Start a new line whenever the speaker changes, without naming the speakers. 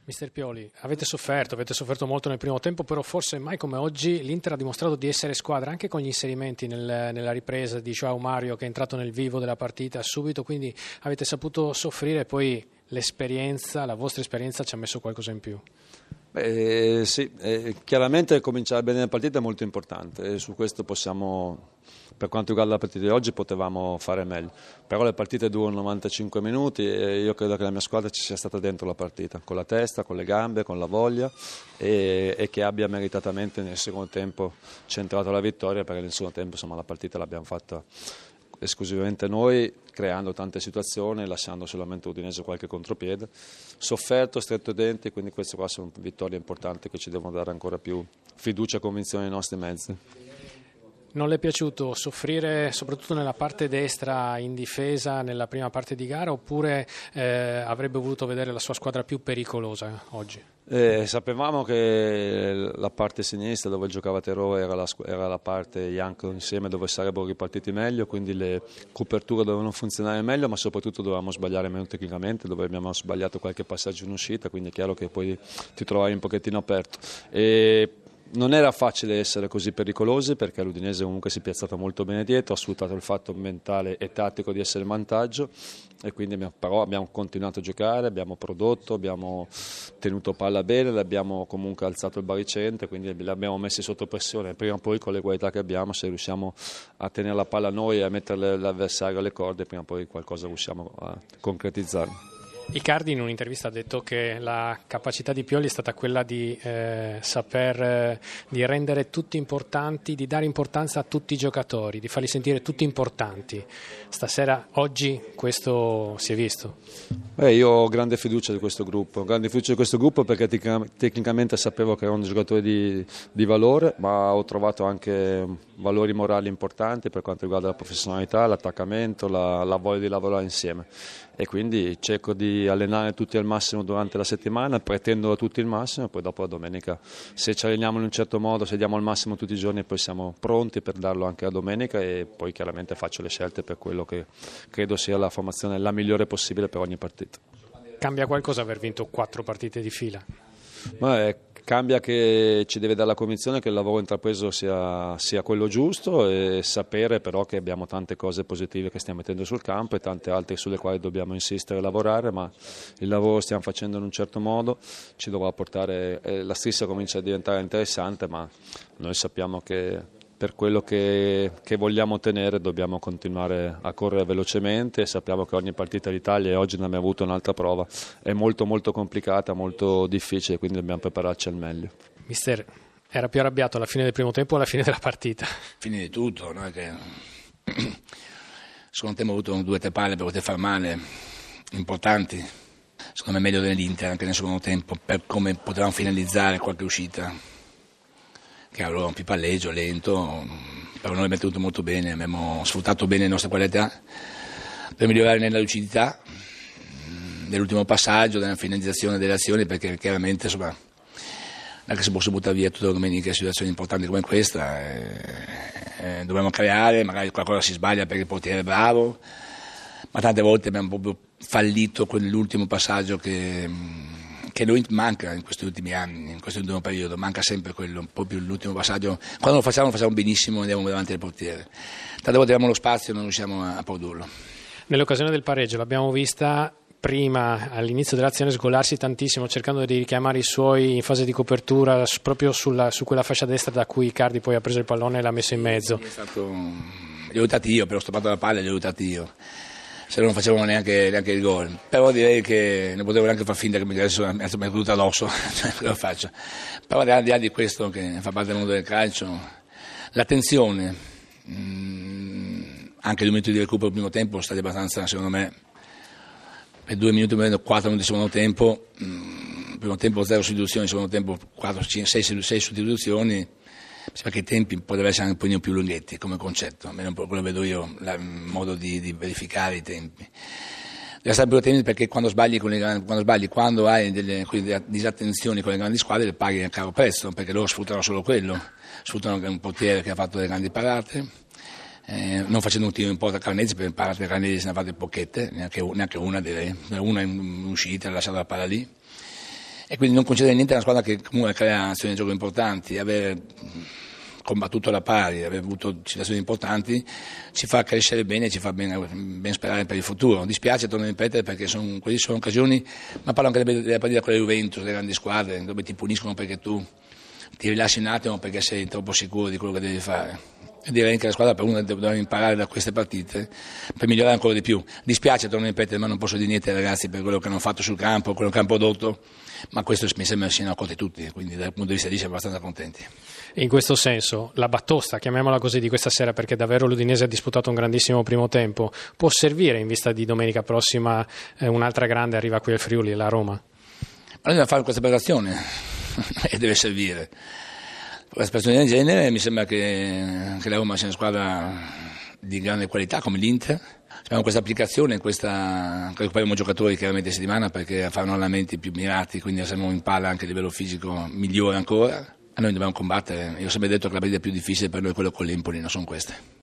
Mister Pioli, avete sofferto molto nel primo tempo, però forse mai come oggi l'Inter ha dimostrato di essere squadra anche con gli inserimenti nella ripresa di João Mario, che è entrato nel vivo della partita subito, quindi avete saputo soffrire e poi la vostra esperienza ci ha messo qualcosa in più.
Sì, chiaramente cominciare bene la partita è molto importante e su questo possiamo, per quanto riguarda la partita di oggi, potevamo fare meglio, però le partite durano 95 minuti e io credo che la mia squadra ci sia stata dentro la partita, con la testa, con le gambe, con la voglia e che abbia meritatamente nel secondo tempo centrato la vittoria, perché nel secondo tempo insomma, la partita l'abbiamo fatta esclusivamente noi, creando tante situazioni, lasciando solamente Udinese qualche contropiede, sofferto, stretto i denti, quindi queste qua sono vittorie importanti che ci devono dare ancora più fiducia e convinzione nei nostri mezzi.
Non le è piaciuto soffrire soprattutto nella parte destra in difesa nella prima parte di gara, oppure avrebbe voluto vedere la sua squadra più pericolosa oggi?
Sapevamo che la parte sinistra dove giocava Terò era la parte Janko insieme dove sarebbero ripartiti meglio, quindi le coperture dovevano funzionare meglio, ma soprattutto dovevamo sbagliare meno tecnicamente, dove abbiamo sbagliato qualche passaggio in uscita, quindi è chiaro che poi ti trovavi un pochettino aperto. Non era facile essere così pericolosi perché l'Udinese comunque si è piazzata molto bene dietro, ha sfruttato il fatto mentale e tattico di essere in vantaggio e quindi però abbiamo continuato a giocare, abbiamo prodotto, abbiamo tenuto palla bene, l'abbiamo comunque alzato il baricentro, quindi l'abbiamo messi sotto pressione. Prima o poi con le qualità che abbiamo, se riusciamo a tenere la palla noi e a mettere l'avversario alle corde, prima o poi qualcosa riusciamo a concretizzare.
Icardi in un'intervista ha detto che la capacità di Pioli è stata quella di di rendere tutti importanti, di dare importanza a tutti i giocatori, di farli sentire tutti importanti. Oggi questo si è visto?
Io ho grande fiducia di questo gruppo, perché tecnicamente sapevo che erano giocatori di valore, ma ho trovato anche valori morali importanti per quanto riguarda la professionalità, l'attaccamento, la voglia di lavorare insieme. E quindi cerco di allenare tutti al massimo durante la settimana, pretendo da tutti il massimo e poi dopo la domenica, se ci alleniamo in un certo modo, se diamo al massimo tutti i giorni, poi siamo pronti per darlo anche la domenica e poi chiaramente faccio le scelte per quello che credo sia la formazione la migliore possibile per ogni partita.
Cambia qualcosa aver vinto 4 partite di fila?
Cambia che ci deve dare la convinzione che il lavoro intrapreso sia quello giusto e sapere però che abbiamo tante cose positive che stiamo mettendo sul campo e tante altre sulle quali dobbiamo insistere e lavorare, ma il lavoro stiamo facendo in un certo modo, ci dovrà portare, la striscia comincia a diventare interessante, ma noi sappiamo che per quello che vogliamo ottenere dobbiamo continuare a correre velocemente e sappiamo che ogni partita d'Italia, e oggi ne abbiamo avuto un'altra prova, è molto molto complicata, molto difficile, quindi dobbiamo prepararci al meglio.
Mister, era più arrabbiato alla fine del primo tempo o alla fine della partita?
Fine di tutto, no? Secondo tempo ho avuto 2 o 3 palle per poter far male, importanti, secondo me meglio dell'Inter anche nel secondo tempo, per come potevamo finalizzare qualche uscita. Che aveva un palleggio lento, però noi abbiamo tenuto molto bene, abbiamo sfruttato bene le nostre qualità per migliorare nella lucidità nell'ultimo passaggio, nella finalizzazione delle azioni, perché chiaramente insomma non è che si possa buttare via tutte le domeniche situazioni importanti come questa, dobbiamo creare, magari qualcosa si sbaglia perché il portiere è bravo, ma tante volte abbiamo proprio fallito quell'ultimo passaggio che noi manca in questi ultimi anni, in questo ultimo periodo, manca sempre quello, un po' più l'ultimo passaggio. Quando lo facciamo benissimo, andiamo davanti al portiere. Tante volte abbiamo lo spazio e non riusciamo a produrlo.
Nell'occasione del pareggio l'abbiamo vista prima, all'inizio dell'azione, sgolarsi tantissimo, cercando di richiamare i suoi in fase di copertura proprio su quella fascia destra da cui Icardi poi ha preso il pallone e l'ha messo in mezzo.
Li ho aiutati io, però ho stoppato la palla e li ho aiutati io. Se non facevano neanche il gol, però direi che ne potevo neanche far finta che mi è caduta addosso, lo faccio. Però al di là di questo che fa parte del mondo del calcio, l'attenzione, anche i 2 minuti di recupero al primo tempo sono stati abbastanza, secondo me, per 2 minuti, 4 minuti di secondo tempo, primo tempo 0 sostituzioni, secondo tempo 4, 5, 6 sostituzioni. Perché i tempi potrebbero essere anche un po' più lunghetti come concetto, almeno quello vedo io, il modo di verificare i tempi. Deve stare più attenti perché quando hai delle disattenzioni con le grandi squadre le paghi a caro prezzo, perché loro sfruttano solo quello, sfruttano un portiere che ha fatto delle grandi parate, non facendo un tiro in porta a Carnesi, per parate Carnesi se ne ha fatte pocchette, neanche una direi, una in uscita, ha lasciato la palla lì. e quindi non concedere niente a una squadra che comunque crea azioni di gioco importanti, aver combattuto alla pari, aver avuto situazioni importanti ci fa crescere bene e ci fa ben sperare per il futuro. Dispiace, torno a ripetere, perché queste sono occasioni, ma parlo anche della partita con le Juventus, delle grandi squadre, dove ti puniscono perché tu ti rilassi un attimo perché sei troppo sicuro di quello che devi fare. E direi che la squadra per uno deve imparare da queste partite per migliorare ancora di più. Dispiace, torno a ripetere, ma non posso dire niente ai ragazzi per quello che hanno fatto sul campo, quello che hanno prodotto, ma questo mi sembra siano accolti tutti, quindi dal punto di vista di siamo abbastanza contenti.
In questo senso la battosta, chiamiamola così, di questa sera, perché davvero l'Udinese ha disputato un grandissimo primo tempo, può servire in vista di domenica prossima un'altra grande arriva qui al Friuli, la Roma?
Ma noi dobbiamo fare questa operazione e deve servire. Per un'espressione del genere mi sembra che la Roma sia una squadra di grande qualità come l'Inter. Abbiamo questa applicazione, recuperiamo giocatori chiaramente a settimana perché fanno allenamenti più mirati, quindi siamo in palla anche a livello fisico migliore ancora. A noi dobbiamo combattere, io ho sempre detto che la partita più difficile per noi è quella con l'Empoli, non sono queste.